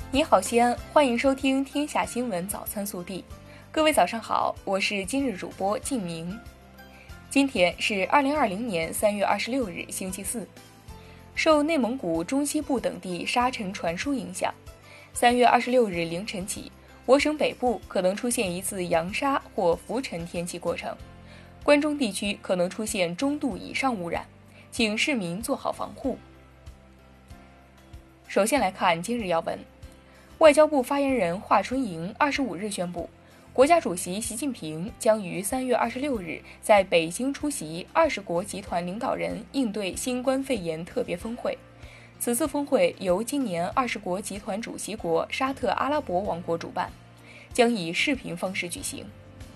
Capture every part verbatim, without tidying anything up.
你好，西安，欢迎收听天下新闻早餐速递。各位早上好，我是今日主播静明。今天是二零二零年三月二十六日，星期四。受内蒙古中西部等地沙尘传输影响，三月二十六日凌晨起，我省北部可能出现一次扬沙或浮尘天气过程，关中地区可能出现中度以上污染，请市民做好防护。首先来看今日要闻。外交部发言人华春莹二十五日宣布，国家主席习近平将于三月二十六日在北京出席二十国集团领导人应对新冠肺炎特别峰会。此次峰会由今年二十国集团主席国沙特阿拉伯王国主办，将以视频方式举行。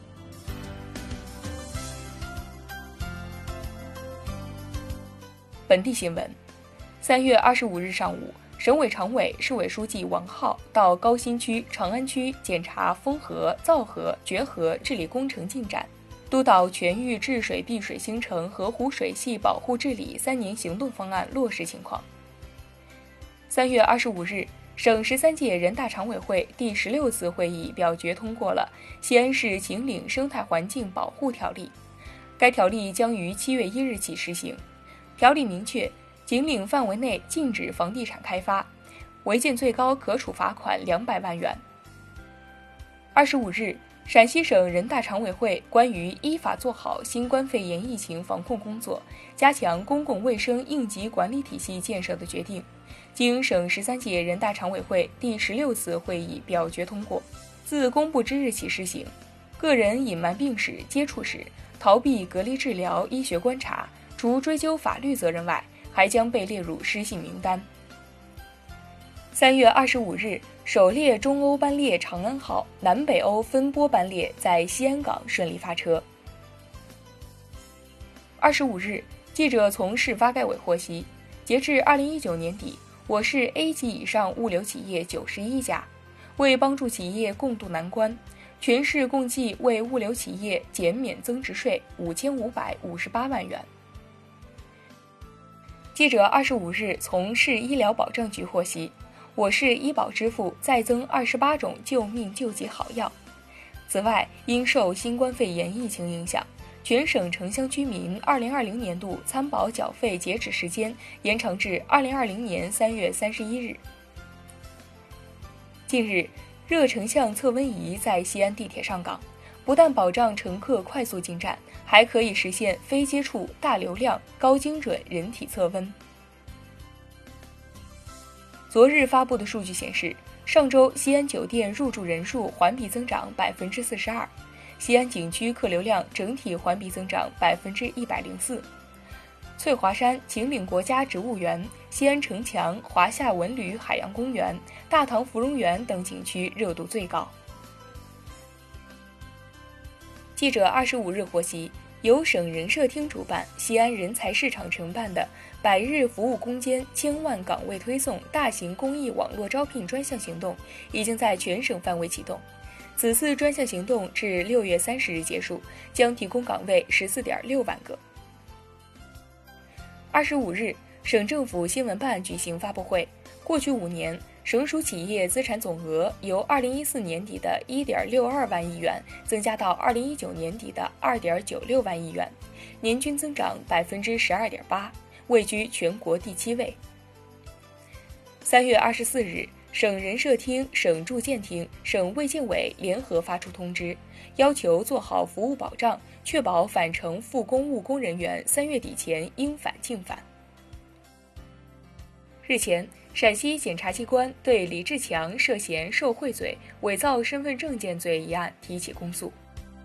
本地新闻，三月二十五日上午，省委常委、市委书记王浩到高新区、长安区检查丰河、皂河、决河治理工程进展，督导全域治水碧水新城河湖水系保护治理三年行动方案落实情况。三月二十五日，省十三届人大常委会第十六次会议表决通过了《西安市秦岭生态环境保护条例》，该条例将于七月一日起实行。条例明确，秦岭范围内禁止房地产开发，违建最高可处罚款两百万元。二十五日，陕西省人大常委会关于依法做好新冠肺炎疫情防控工作，加强公共卫生应急管理体系建设的决定，经省十三届人大常委会第十六次会议表决通过，自公布之日起施行。个人隐瞒病史、接触史，逃避隔离治疗、医学观察，除追究法律责任外，还将被列入失信名单。三月二十五日，首列中欧班列长安号南北欧分拨班列在西安港顺利发车。二十五日，记者从市发改委获悉，截至二零一九年底，我市 A 级以上物流企业九十一家，为帮助企业共度难关，全市共计为物流企业减免增值税五千五百五十八万元。记者二十五日从市医疗保障局获悉，我市医保支付再增二十八种救命救急好药。此外，因受新冠肺炎疫情影响，全省城乡居民二零二零年度参保缴费截止时间延长至二零二零年三月三十一日。近日，热成像测温仪在西安地铁上岗，不但保障乘客快速进站，还可以实现非接触、大流量、高精准人体测温。昨日发布的数据显示，上周西安酒店入住人数环比增长百分之四十二，西安景区客流量整体环比增长百分之一百零四。翠华山、秦岭国家植物园、西安城墙、华夏文旅海洋公园、大唐芙蓉园等景区热度最高。记者二十五日获悉，由省人社厅主办、西安人才市场承办的百日服务攻坚千万岗位推送大型公益网络招聘专项行动已经在全省范围启动。此次专项行动至六月三十日结束，将提供岗位十四点六万个。二十五日，省政府新闻办举行发布会，过去五年，省属企业资产总额由二零一四年底的一点六二万亿元增加到二零一九年底的二点九六万亿元，年均增长百分之十二点八，位居全国第七位。三月二十四日，省人社厅、省住建厅、省卫健委联合发出通知，要求做好服务保障，确保返程复工务工人员三月底前应返尽返。日前，陕西检察机关对李志强涉嫌受贿罪、伪造身份证件罪一案提起公诉。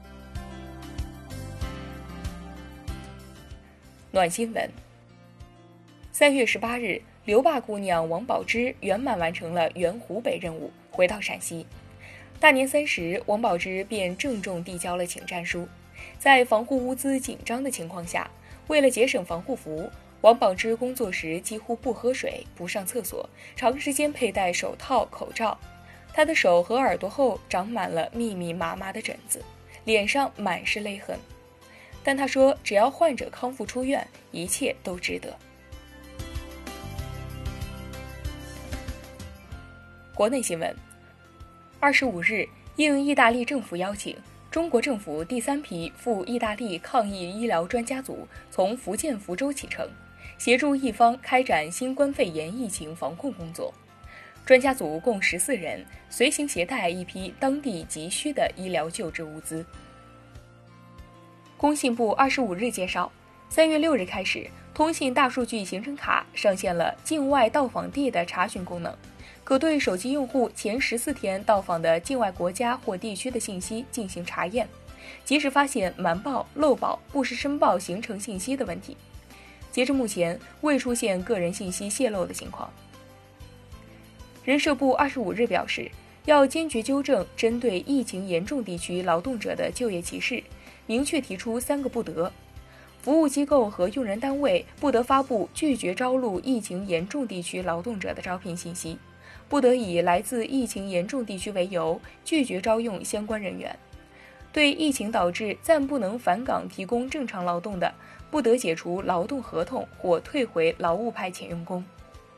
暖新闻。三月十八日，刘坝姑娘王宝芝圆满完成了援湖北任务，回到陕西。大年三十，王宝芝便郑重递交了请战书。在防护物资紧张的情况下，为了节省防护服，王宝芝工作时几乎不喝水、不上厕所，长时间佩戴手套、口罩。她的手和耳朵后长满了密密麻麻的疹子，脸上满是勒痕。但她说，只要患者康复出院，一切都值得。 国内新闻，二十五日，应意大利政府邀请，中国政府第三批赴意大利抗疫医疗专家组从福建福州启程，协助意方开展新冠肺炎疫情防控工作。专家组共十四人，随行携带一批当地急需的医疗救治物资。工信部二十五日介绍，三月六日开始，通信大数据行程卡上线了境外到访地的查询功能，可对手机用户前十四天到访的境外国家或地区的信息进行查验，及时发现瞒报、漏报、不实申报行程信息的问题。截至目前，未出现个人信息泄露的情况。人社部二十五日表示，要坚决纠正针对疫情严重地区劳动者的就业歧视，明确提出三个不得：服务机构和用人单位不得发布拒绝招录疫情严重地区劳动者的招聘信息，不得以来自疫情严重地区为由拒绝招用相关人员。对疫情导致暂不能返岗提供正常劳动的，不得解除劳动合同或退回劳务派遣用工。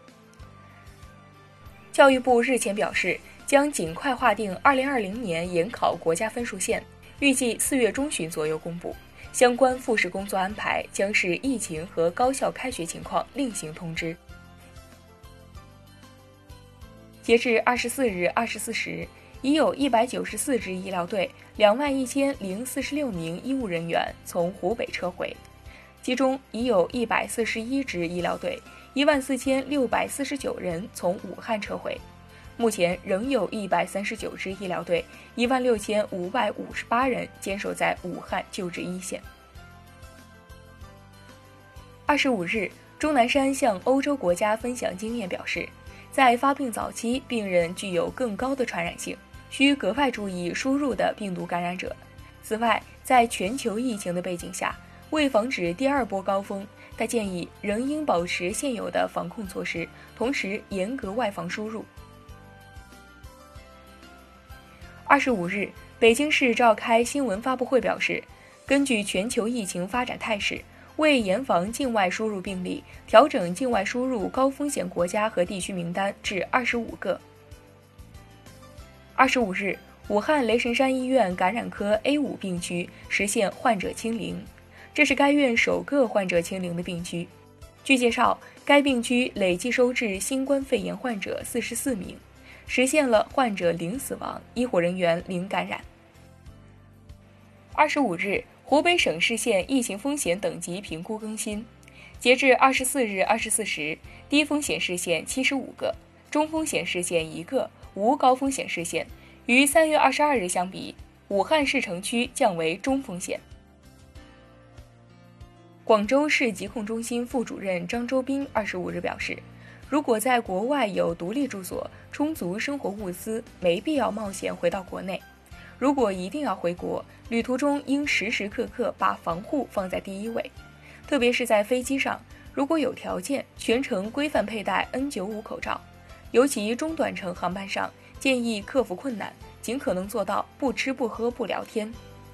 教育部日前表示，将尽快划定二零二零年研考国家分数线，预计四月中旬左右公布。相关复试工作安排将视疫情和高校开学情况另行通知。截至二十四日二十四时，已有一百九十四支医疗队、两万一千零四十六名医务人员从湖北撤回，其中已有一百四十一支医疗队、一万四千六百四十九人从武汉撤回。目前仍有一百三十九支医疗队、一万六千五百五十八人坚守在武汉救治一线。二十五日，钟南山向欧洲国家分享经验表示，在发病早期，病人具有更高的传染性，需格外注意输入的病毒感染者。此外，在全球疫情的背景下，为防止第二波高峰，他建议仍应保持现有的防控措施，同时严格外防输入。二十五日，北京市召开新闻发布会表示，根据全球疫情发展态势，为严防境外输入病例，调整境外输入高风险国家和地区名单至二十五个。二十五日，武汉雷神山医院感染科 A 五 病区实现患者清零，这是该院首个患者清零的病区。据介绍，该病区累计收治新冠肺炎患者四十四名，实现了患者零死亡，医护人员零感染。二十五日，湖北省市县疫情风险等级评估更新，截至二十四日二十四时，低风险市县七十五个，中风险市县一个，无高风险市县。与三月二十二日相比，武汉市城区降为中风险。广州市疾控中心副主任张周斌二十五日表示，如果在国外有独立住所、充足生活物资，没必要冒险回到国内。如果一定要回国，旅途中应时时刻刻把防护放在第一位，特别是在飞机上，如果有条件，全程规范佩戴 N 九十五 口罩。尤其中短程航班上，建议克服困难，尽可能做到不吃不喝不聊天。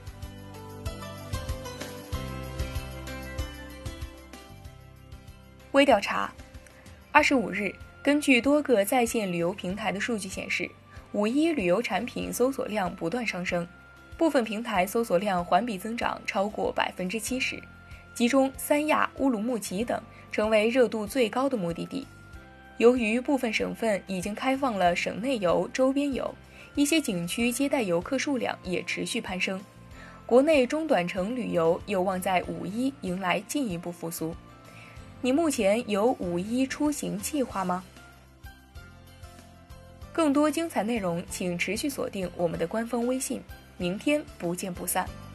微调查，二十五日，根据多个在线旅游平台的数据显示，五一旅游产品搜索量不断上升，部分平台搜索量环比增长超过百分之七十，其中三亚、乌鲁木齐等成为热度最高的目的地。由于部分省份已经开放了省内游、周边游，一些景区接待游客数量也持续攀升，国内中短程旅游有望在五一迎来进一步复苏。你目前有五一出行计划吗？更多精彩内容，请持续锁定我们的官方微信。明天不见不散。